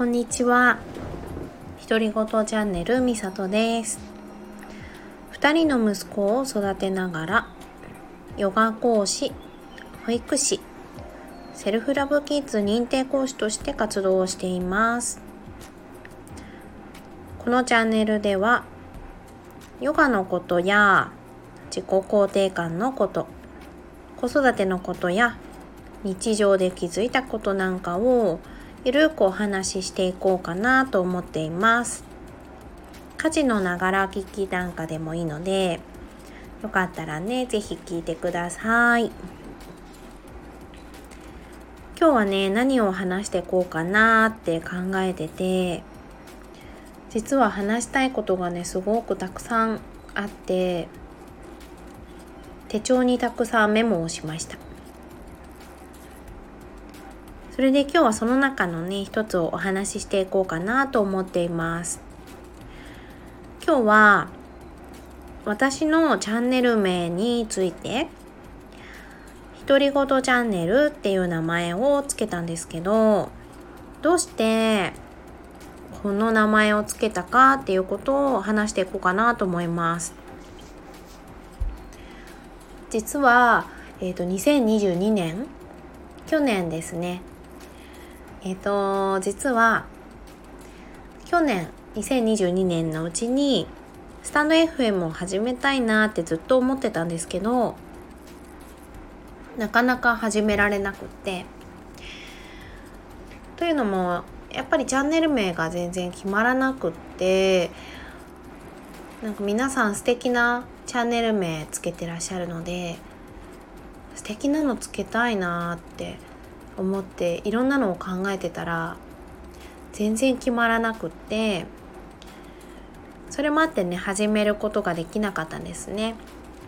んにちは。独り言チャンネルみさとです。2人の息子を育てながらヨガ講師、保育士、セルフラブキッズ認定講師として活動をしています。このチャンネルではヨガのことや自己肯定感のこと、子育てのことや日常で気づいたことなんかをゆるくお話ししていこうかなと思っています。家事のながら聞きなんかでもいいので、よかったらね、ぜひ聞いてください。今日はね、何を話していこうかなって考えてて、実は話したいことがね、すごくたくさんあって、手帳にたくさんメモをしました。それで今日はその中のね、一つをお話ししていこうかなと思っています。今日は私のチャンネル名について、独り言チャンネルっていう名前をつけたんですけど、どうしてこの名前をつけたかっていうことを話していこうかなと思います。実は、2022年、去年ですね。実は去年2022年のうちにスタンド FM を始めたいなってずっと思ってたんですけど、なかなか始められなくって、というのもやっぱりチャンネル名が全然決まらなくって、なんか皆さん素敵なチャンネル名つけてらっしゃるので、素敵なのつけたいなって思っていろんなのを考えてたら全然決まらなくって、それもあってね、始めることができなかったんですね。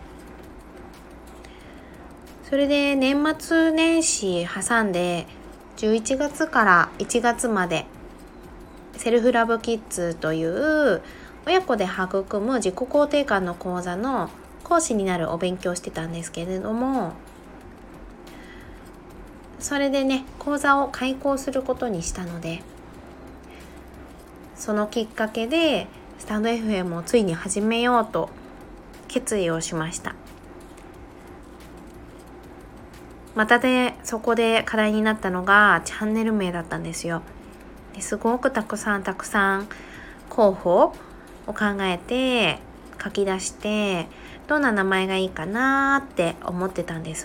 それで年末年始挟んで11月から1月までセルフラブキッズという親子で育む自己肯定感の講座の講師になるお勉強をしてたんですけれども、それでね、講座を開講することにしたので、そのきっかけでスタンド FM をついに始めようと決意をしました。またそこで課題になったのがチャンネル名だったんですよ。すごくたくさん候補を考えて書き出して、どんな名前がいいかなって思ってたんです。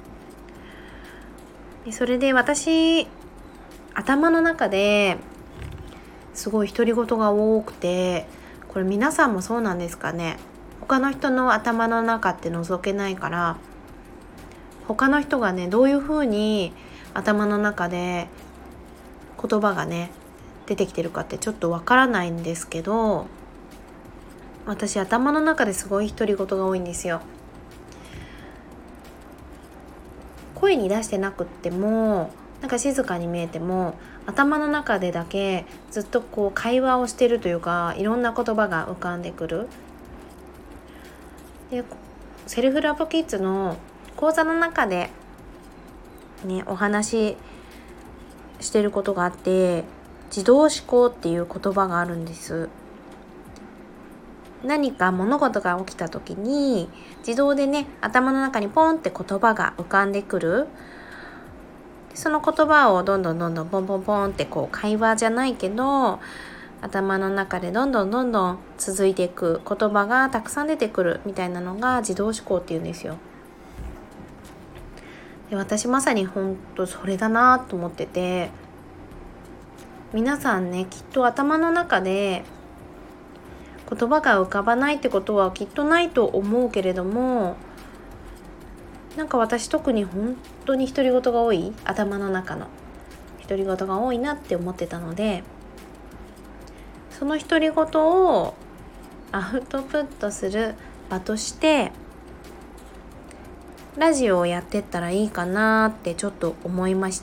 それで私、頭の中ですごい独り言が多くて、これ皆さんもそうなんですかね。他の人の頭の中って覗けないから、他の人がね、どういう風に頭の中で言葉がね出てきてるかってちょっとわからないんですけど、私頭の中ですごい独り言が多いんですよ。声に出してなくっても、なんか静かに見えても、頭の中でだけずっとこう会話をしてるというか、いろんな言葉が浮かんでくる。で、セルフラブキッズの講座の中でね、お話ししてることがあって、自動思考っていう言葉があるんです。何か物事が起きた時に自動でね、頭の中にポンって言葉が浮かんでくる。その言葉をどんどんポンポンポンってこう会話じゃないけど、頭の中でどんどん続いていく言葉がたくさん出てくるみたいなのが自動思考っていうんですよ。で、私まさに本当それだなと思ってて、皆さんね、きっと頭の中で言葉が浮かばないってことはきっとないと思うけれども、なんか私特に本当に独り言が多い、頭の中の独り言が多いなって思ってたので、その独り言をアウトプットする場としてラジオをやってったらいいかなってちょっと思いました。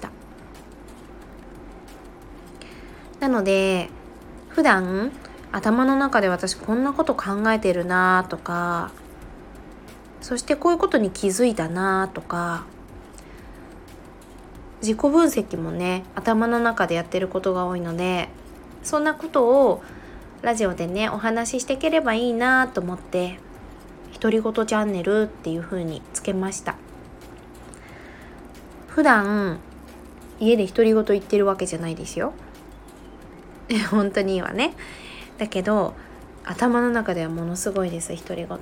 なので普段頭の中で私こんなこと考えてるなとか、そしてこういうことに気づいたなとか、 自己分析もね頭の中でやってることが多いので、そんなことをラジオでねお話ししていければいいなと思って独り言チャンネルっていう風につけました。普段家で独り言言ってるわけじゃないですよ本当にはね。だけど頭の中ではものすごいです独り言。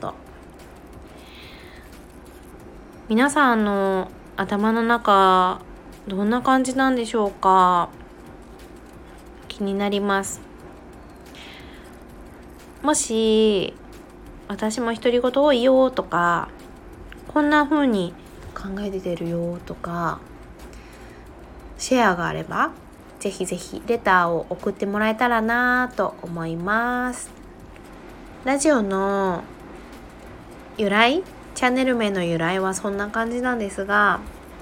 皆さんの頭の中どんな感じなんでしょうか。気になります。もし私も独り言多いよとか、こんな風に考えてるよとかシェアがあればぜひぜひレターを送ってもらえたらなと思います。ラジオの由来、チャンネル名の由来はそんな感じなんですが、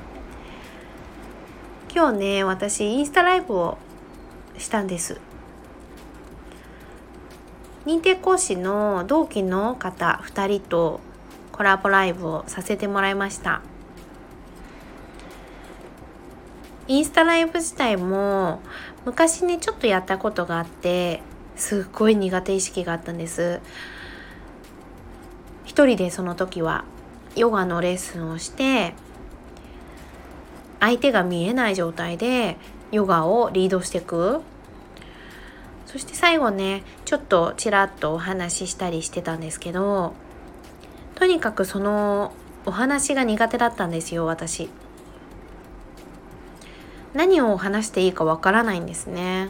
今日ね私インスタライブをしたんです。認定講師の同期の方2人とコラボライブをさせてもらいました。インスタライブ自体も昔ねちょっとやったことがあって、すっごい苦手意識があったんです。一人でその時はヨガのレッスンをして、相手が見えない状態でヨガをリードしていく。そして最後ねちょっとちらっとお話ししたりしてたんですけど、とにかくそのお話が苦手だったんですよ。私何を話していいかわからないんですね。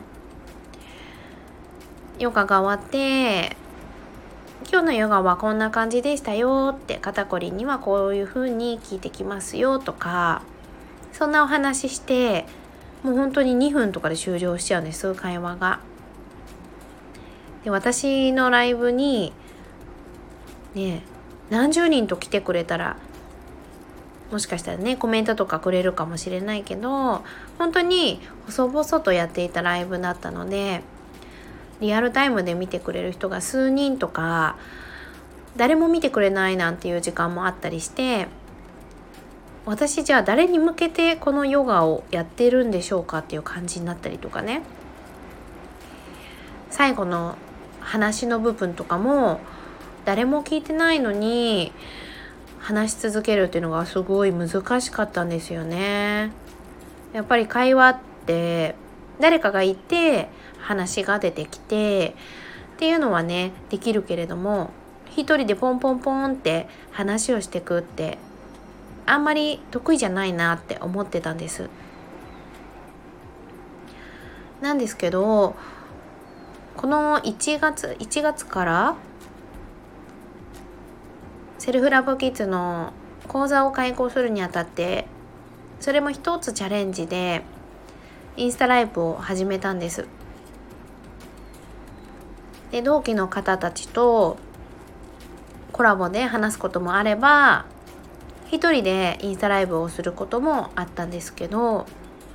ヨガが終わって今日のヨガはこんな感じでしたよって、肩こりにはこういう風に効いてきますよとか、そんなお話ししてもう本当に2分とかで終了しちゃうんです、会話が。で私のライブにね何十人と来てくれたらもしかしたらねコメントとかくれるかもしれないけど、本当に細々とやっていたライブだったので、リアルタイムで見てくれる人が数人とか、誰も見てくれないなんていう時間もあったりして、私じゃあ誰に向けてこのヨガをやってるんでしょうかっていう感じになったりとかね。最後の話の部分とかも誰も聞いてないのに話し続けるっていうのがすごい難しかったんですよね。やっぱり会話って誰かがいて話が出てきてっていうのはねできるけれども、一人でポンポンポンって話をしてくってあんまり得意じゃないなって思ってたんです。なんですけど、この1月からセルフラブキッズの講座を開講するにあたって、それも一つチャレンジでインスタライブを始めたんです。で同期の方たちとコラボで話すこともあれば、一人でインスタライブをすることもあったんですけど、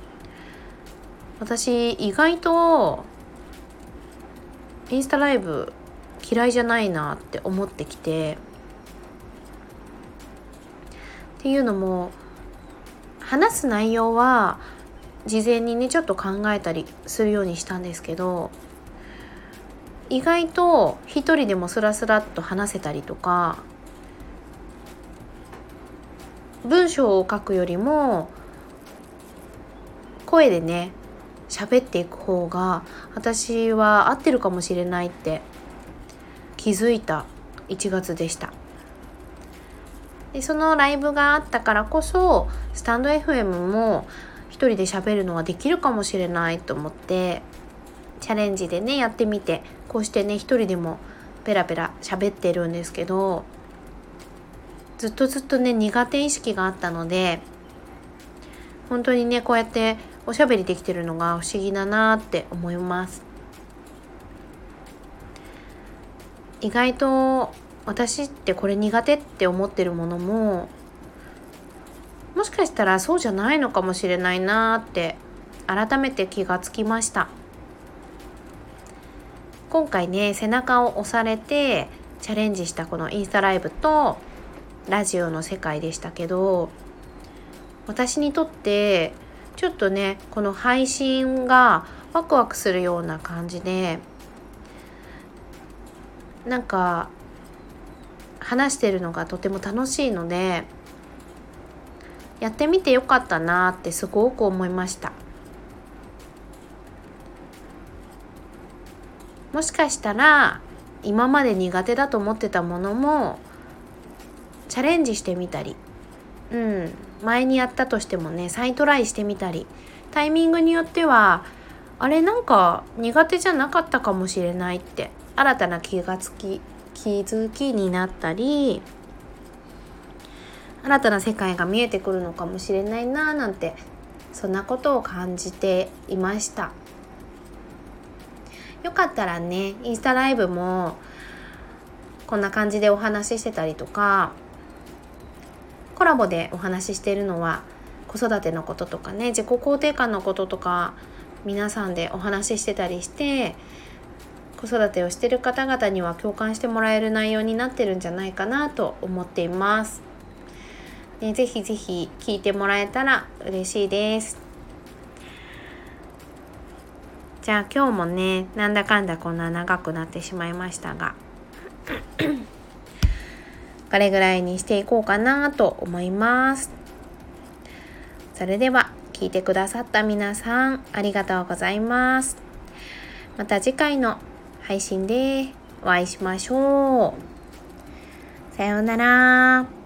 私意外とインスタライブ嫌いじゃないなって思ってきて、っていうのも話す内容は事前にねちょっと考えたりするようにしたんですけど、意外と一人でもスラスラっと話せたりとか、文章を書くよりも声でね喋っていく方が私は合ってるかもしれないって気づいた1月でした。でそのライブがあったからこそスタンド FM も一人で喋るのはできるかもしれないと思ってチャレンジでねやってみて、こうしてね一人でもペラペラ喋ってるんですけど、ずっとね苦手意識があったので、本当にねこうやっておしゃべりできてるのが不思議だなって思います。意外と私ってこれ苦手って思ってるものももしかしたらそうじゃないのかもしれないなって改めて気がつきました。今回ね背中を押されてチャレンジしたこのインスタライブとラジオの世界でしたけど、私にとってちょっとねこの配信がワクワクするような感じで、なんか話してるのがとても楽しいので、やってみてよかったなってすごく思いました。もしかしたら今まで苦手だと思ってたものもチャレンジしてみたり、前にやったとしてもね再トライしてみたり、タイミングによってはあれなんか苦手じゃなかったかもしれないって新たな気づきになったり、新たな世界が見えてくるのかもしれないななんて、そんなことを感じていました。よかったらねインスタライブもこんな感じでお話ししてたりとか、コラボでお話ししているのは子育てのこととかね、自己肯定感のこととか皆さんでお話ししてたりして、子育てをしている方々には共感してもらえる内容になってるんじゃないかなと思っています。ね、ぜひぜひ聞いてもらえたら嬉しいです。じゃあ今日もねなんだかんだこんな長くなってしまいましたがこれぐらいにしていこうかなと思います。それでは聞いてくださった皆さんありがとうございます。また次回の配信でお会いしましょう。さようなら。